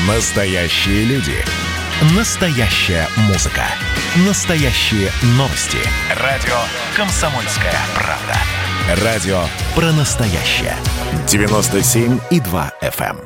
Настоящие люди. Настоящая музыка. Настоящие новости. Радио «Комсомольская правда». Радио про настоящее. 97,2 FM.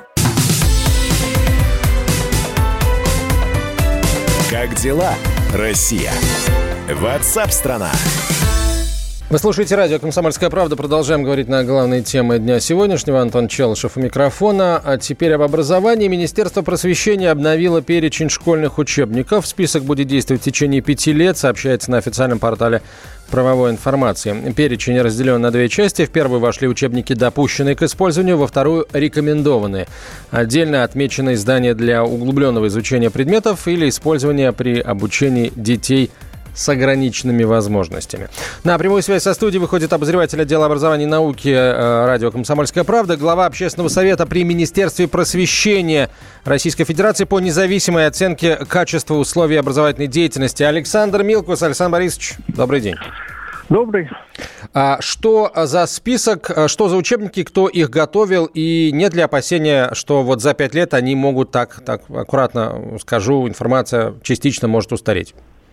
Как дела, Россия? WhatsApp-страна. Вы слушаете радио «Комсомольская правда». Продолжаем говорить на главные темы дня сегодняшнего. Антон Челышев у микрофона. А теперь об образовании. Министерство просвещения обновило перечень школьных учебников. Список будет действовать в течение 5 лет, сообщается на официальном портале правовой информации. Перечень разделен на 2 части. В первую вошли учебники, допущенные к использованию, во вторую – рекомендованные. Отдельно отмечены издания для углубленного изучения предметов или использования при обучении детей с ограниченными возможностями. На прямую связь со студией выходит обозреватель отдела образования и науки радио «Комсомольская правда», глава общественного совета при Министерстве просвещения Российской Федерации по независимой оценке качества условий образовательной деятельности Александр Милкус. Александр Борисович, добрый день. Добрый. Что за список, что за учебники, кто их готовил, и нет ли опасения, что вот за 5 лет они могут, так аккуратно скажу, информация частично может устареть?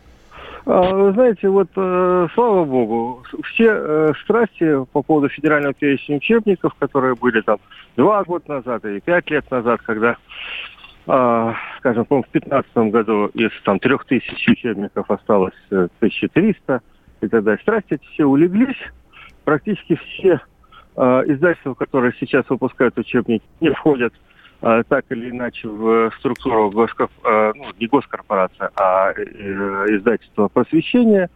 Вы знаете, вот слава богу, все страсти по поводу федерального перечня учебников, которые были там 2 года назад и 5 лет назад, когда, скажем, по-моему, в 2015 году из там 3000 учебников осталось 1300 и так далее. Страсти эти все улеглись. Практически все издательства, которые сейчас выпускают учебники, не входят так или иначе в структуру не госкорпорация, а издательство просвещения.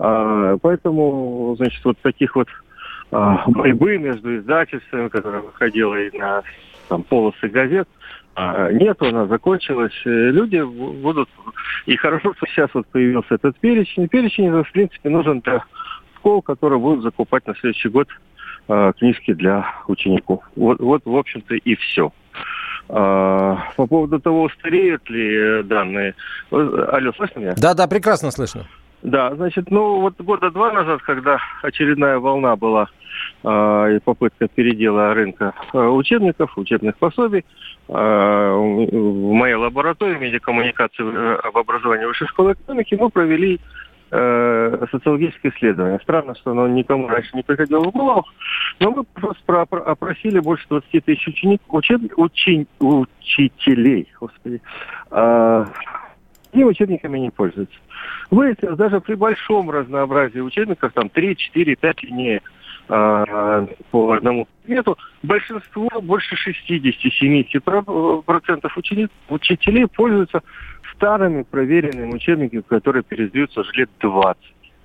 Поэтому, значит, вот таких вот борьбы между издательствами, которая выходила и на полосы газет, нету, она закончилась. Люди будут... И хорошо, что сейчас вот появился этот перечень. Перечень, в принципе, нужен для школ, которые будут закупать на следующий год книжки для учеников. Вот, в общем-то, и все. По поводу того, устареют ли данные... Алло, слышно меня? Да, прекрасно слышно. Да, значит, вот 2 года назад, когда очередная волна была и попытка передела рынка учебников, учебных пособий, в моей лаборатории медиакоммуникации об образовании высшей школы экономики мы провели социологическое исследование. Странно, что оно никому раньше не приходило в голову, но мы просто опросили больше 20 тысяч учителей, господи, и учебниками не пользуются. Выяснилось, даже при большом разнообразии учебников, там 3, 4, 5 линеек по одному предмету, большинство, больше 60-70% учителей пользуются старыми проверенными учебниками, которые пересдаются уже лет 20.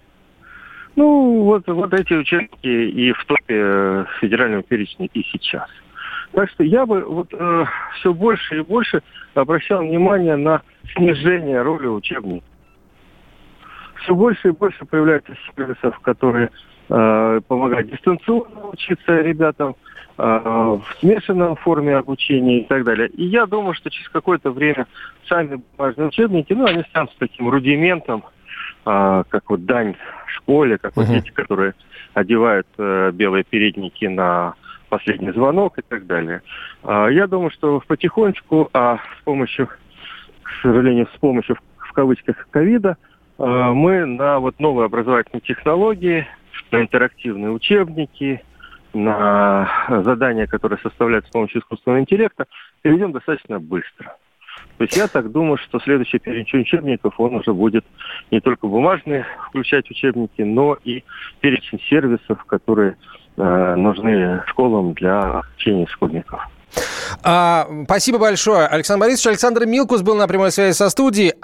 Вот эти учебники и в топе федерального перечня и сейчас. Так что я бы все больше и больше обращал внимание на снижение роли учебников. Все больше и больше появляется сервисов, которые помогают дистанционно учиться ребятам, в смешанном форме обучения и так далее. И я думаю, что через какое-то время сами бумажные учебники, они станут таким рудиментом, как вот дань школе, как вот дети, которые одевают белые передники на последний звонок и так далее. Я думаю, что потихонечку, к сожалению, с помощью в кавычках ковида, мы на новые образовательные технологии, на интерактивные учебники, на задания, которые составляют с помощью искусственного интеллекта, перейдем достаточно быстро. То есть я так думаю, что следующий перечень учебников, он уже будет не только бумажные включать учебники, но и перечень сервисов, которые нужны школам для обучения школьников. Спасибо большое, Александр Борисович. Александр Милкус был на прямой связи со студией,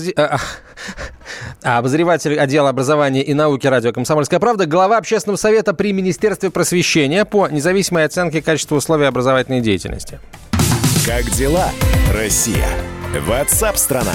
обозреватель отдела образования и науки радио «Комсомольская правда», глава общественного совета при Министерстве просвещения по независимой оценке качества условий образовательной деятельности. Как дела, Россия? WhatsApp-страна.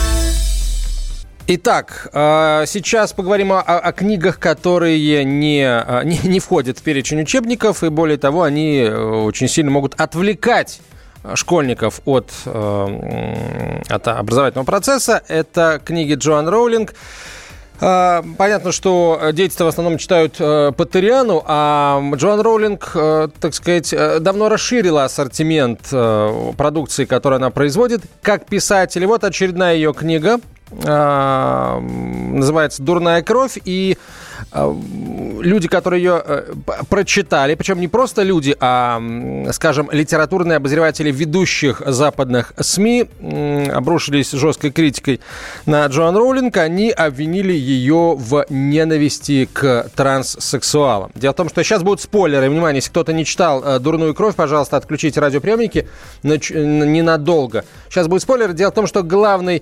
Итак, сейчас поговорим о книгах, которые не входят в перечень учебников, и более того, они очень сильно могут отвлекать школьников от образовательного процесса. Это книги Джоан Роулинг. Понятно, что дети-то в основном читают по Терриану, а Джоан Роулинг, так сказать, давно расширила ассортимент продукции, которую она производит, как писатель. И вот очередная ее книга. Называется «Дурная кровь», и люди, которые ее прочитали, причем не просто люди, а, скажем, литературные обозреватели ведущих западных СМИ, обрушились жесткой критикой на Джоан Роулинг. Они обвинили ее в ненависти к транссексуалам. Дело в том, что сейчас будут спойлеры. Внимание, если кто-то не читал «Дурную кровь», пожалуйста, отключите радиоприемники ненадолго. Сейчас будет спойлер. Дело в том, что главный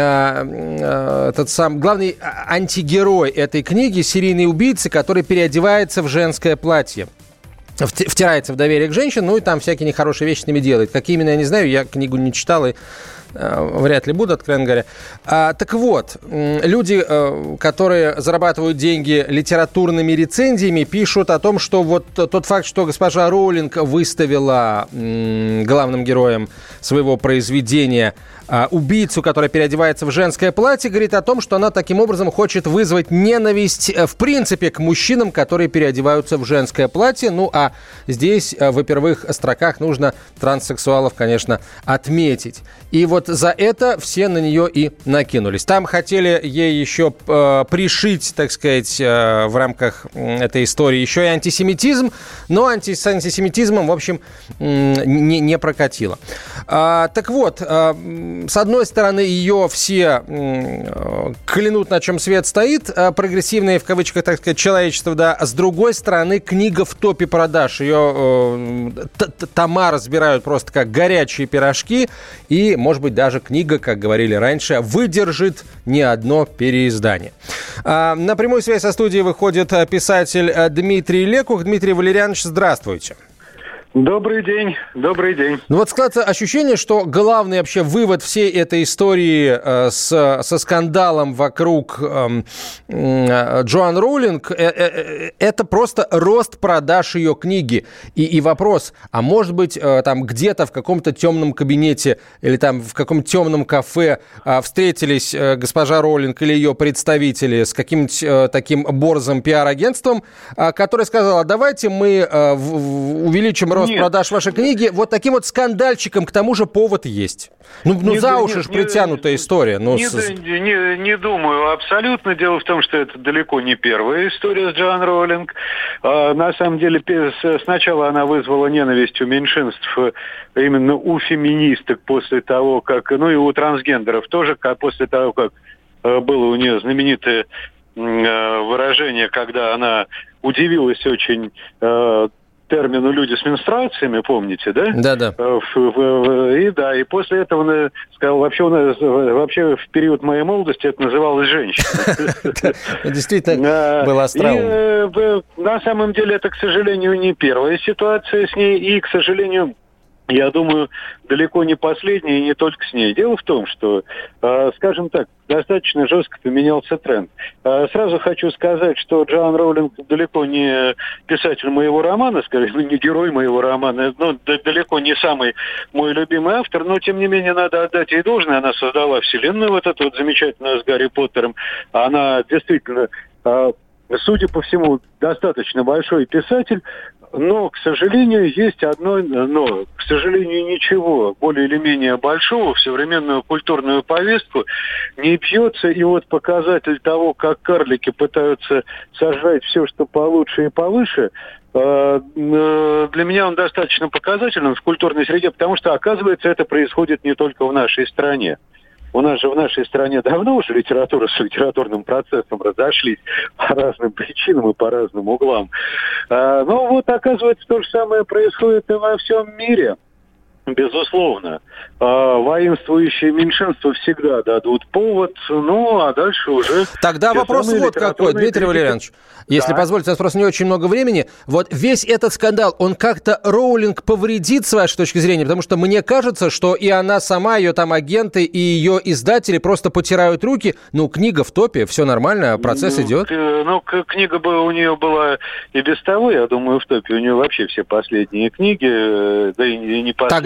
антигерой этой книги — серийный убийца, который переодевается в женское платье. Втирается в доверие к женщинам, ну и там всякие нехорошие вещи с ними делает. Какие именно, я не знаю, я книгу не читал и вряд ли буду, откровенно говоря. Так вот, люди, которые зарабатывают деньги литературными рецензиями, пишут о том, что вот тот факт, что госпожа Роулинг выставила главным героем своего произведения убийцу, который переодевается в женское платье, говорит о том, что она таким образом хочет вызвать ненависть в принципе к мужчинам, которые переодеваются в женское платье. Ну, а здесь в первых строках нужно транссексуалов, конечно, отметить. И вот за это все на нее и накинулись. Там хотели ей еще пришить, так сказать, в рамках этой истории еще и антисемитизм, но с антисемитизмом, в общем, не прокатило. Так вот, с одной стороны, ее все клянут, на чем свет стоит, прогрессивное, в кавычках, так сказать, человечество, да, а с другой стороны, книга в топе продаж. Ее тома разбирают просто как горячие пирожки, и, может быть, даже книга, как говорили раньше, выдержит не одно переиздание. На прямую связь со студией выходит писатель Дмитрий Лекух. Дмитрий Валерьянович, здравствуйте. Добрый день, добрый день. Ну вот складывается ощущение, что главный вообще вывод всей этой истории со скандалом вокруг Джоан Роулинг это просто рост продаж ее книги. И вопрос, а может быть там где-то в каком-то темном кабинете или там в каком-то темном кафе встретились госпожа Роулинг или ее представители с каким-нибудь таким борзым пиар-агентством, которое сказало, давайте мы увеличим рост продаж вашей книги, вот таким вот скандальчиком, к тому же повод есть. Ну за уши ж притянутая история. Не думаю, абсолютно. Дело в том, что это далеко не первая история с Джоан Роулинг. На самом деле, сначала она вызвала ненависть у меньшинств, именно у феминисток после того, как, ну и у трансгендеров тоже, после того, как было у нее знаменитое выражение, когда она удивилась очень термину «люди с менструациями», помните, да? Да-да. И после этого она сказала, вообще в период моей молодости это называлось женщина. Действительно, было остроумно. На самом деле это, к сожалению, не первая ситуация с ней, и, к сожалению, я думаю, далеко не последняя, и не только с ней. Дело в том, что, скажем так, достаточно жестко поменялся тренд. Сразу хочу сказать, что Джоан Роулинг далеко не писатель моего романа, скажем, не герой моего романа, но далеко не самый мой любимый автор, но, тем не менее, надо отдать ей должное. Она создала вселенную вот эту вот замечательную с Гарри Поттером. Она действительно, судя по всему, достаточно большой писатель. Но, к сожалению, есть одно но. К сожалению, ничего более или менее большого в современную культурную повестку не пьется. И вот показатель того, как карлики пытаются сожрать все, что получше и повыше, для меня он достаточно показателен в культурной среде, потому что, оказывается, это происходит не только в нашей стране. У нас же в нашей стране давно уже литература с литературным процессом разошлись по разным причинам и по разным углам. Но вот, оказывается, то же самое происходит и во всем мире. Безусловно. Воинствующие меньшинства всегда дадут повод, ну, а дальше уже... Тогда вопрос вот какой, Дмитрий Валерьянович. Если позволите, у нас просто не очень много времени. Вот весь этот скандал, он как-то Роулинг повредит, с вашей точки зрения? Потому что мне кажется, что и она сама, ее там агенты, и ее издатели просто потирают руки. Ну, книга в топе, все нормально, процесс идет. Книга у нее была и без того, я думаю, в топе. У нее вообще все последние книги, да и не последние.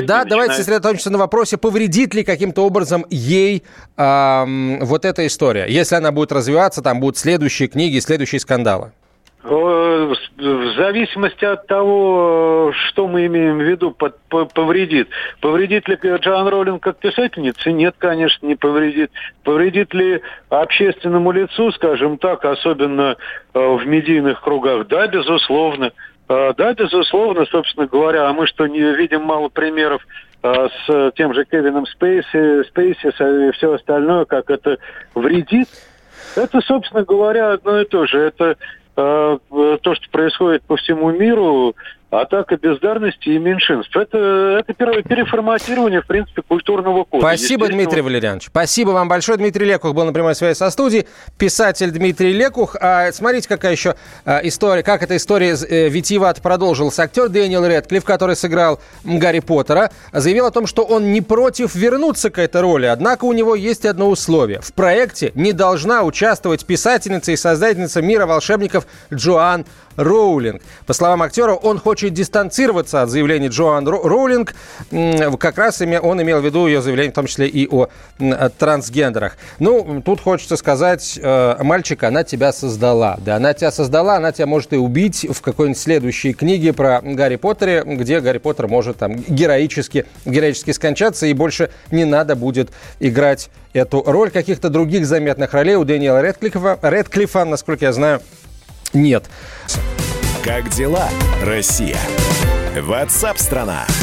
Да, давайте сосредоточимся на вопросе, повредит ли каким-то образом ей вот эта история. Если она будет развиваться, там будут следующие книги, следующие скандалы. В зависимости от того, что мы имеем в виду, повредит. Повредит ли Джоан Роулинг как писательница? Нет, конечно, не повредит. Повредит ли общественному лицу, скажем так, особенно в медийных кругах? Да, безусловно. Да, безусловно, собственно говоря. А мы что, не видим мало примеров с тем же Кевином Спейси и все остальное, как это вредит? Это, собственно говоря, одно и то же. Это то, что происходит по всему миру, атака бездарности и меньшинств. Это переформатирование, в принципе, культурного кода. Спасибо, Дмитрий Валерьянович. Спасибо вам большое. Дмитрий Лекух был на прямой связи со студией. Писатель Дмитрий Лекух. Смотрите, какая еще история, как эта история витиевато продолжилась. Актер Дэниел Рэдклифф, который сыграл Гарри Поттера, заявил о том, что он не против вернуться к этой роли. Однако у него есть одно условие. В проекте не должна участвовать писательница и создательница мира волшебников Джоан Роулинг. По словам актера, он хочет дистанцироваться от заявлений Джоан Роулинг. Как раз он имел в виду ее заявление, в том числе и о трансгендерах. Ну, тут хочется сказать, мальчик, она тебя создала. Да, она тебя создала, она тебя может и убить в какой-нибудь следующей книге про Гарри Поттере, где Гарри Поттер может там героически скончаться, и больше не надо будет играть эту роль. Каких-то других заметных ролей у Дэниела Рэдклиффа, насколько я знаю, нет. Как дела, Россия? WhatsApp-страна.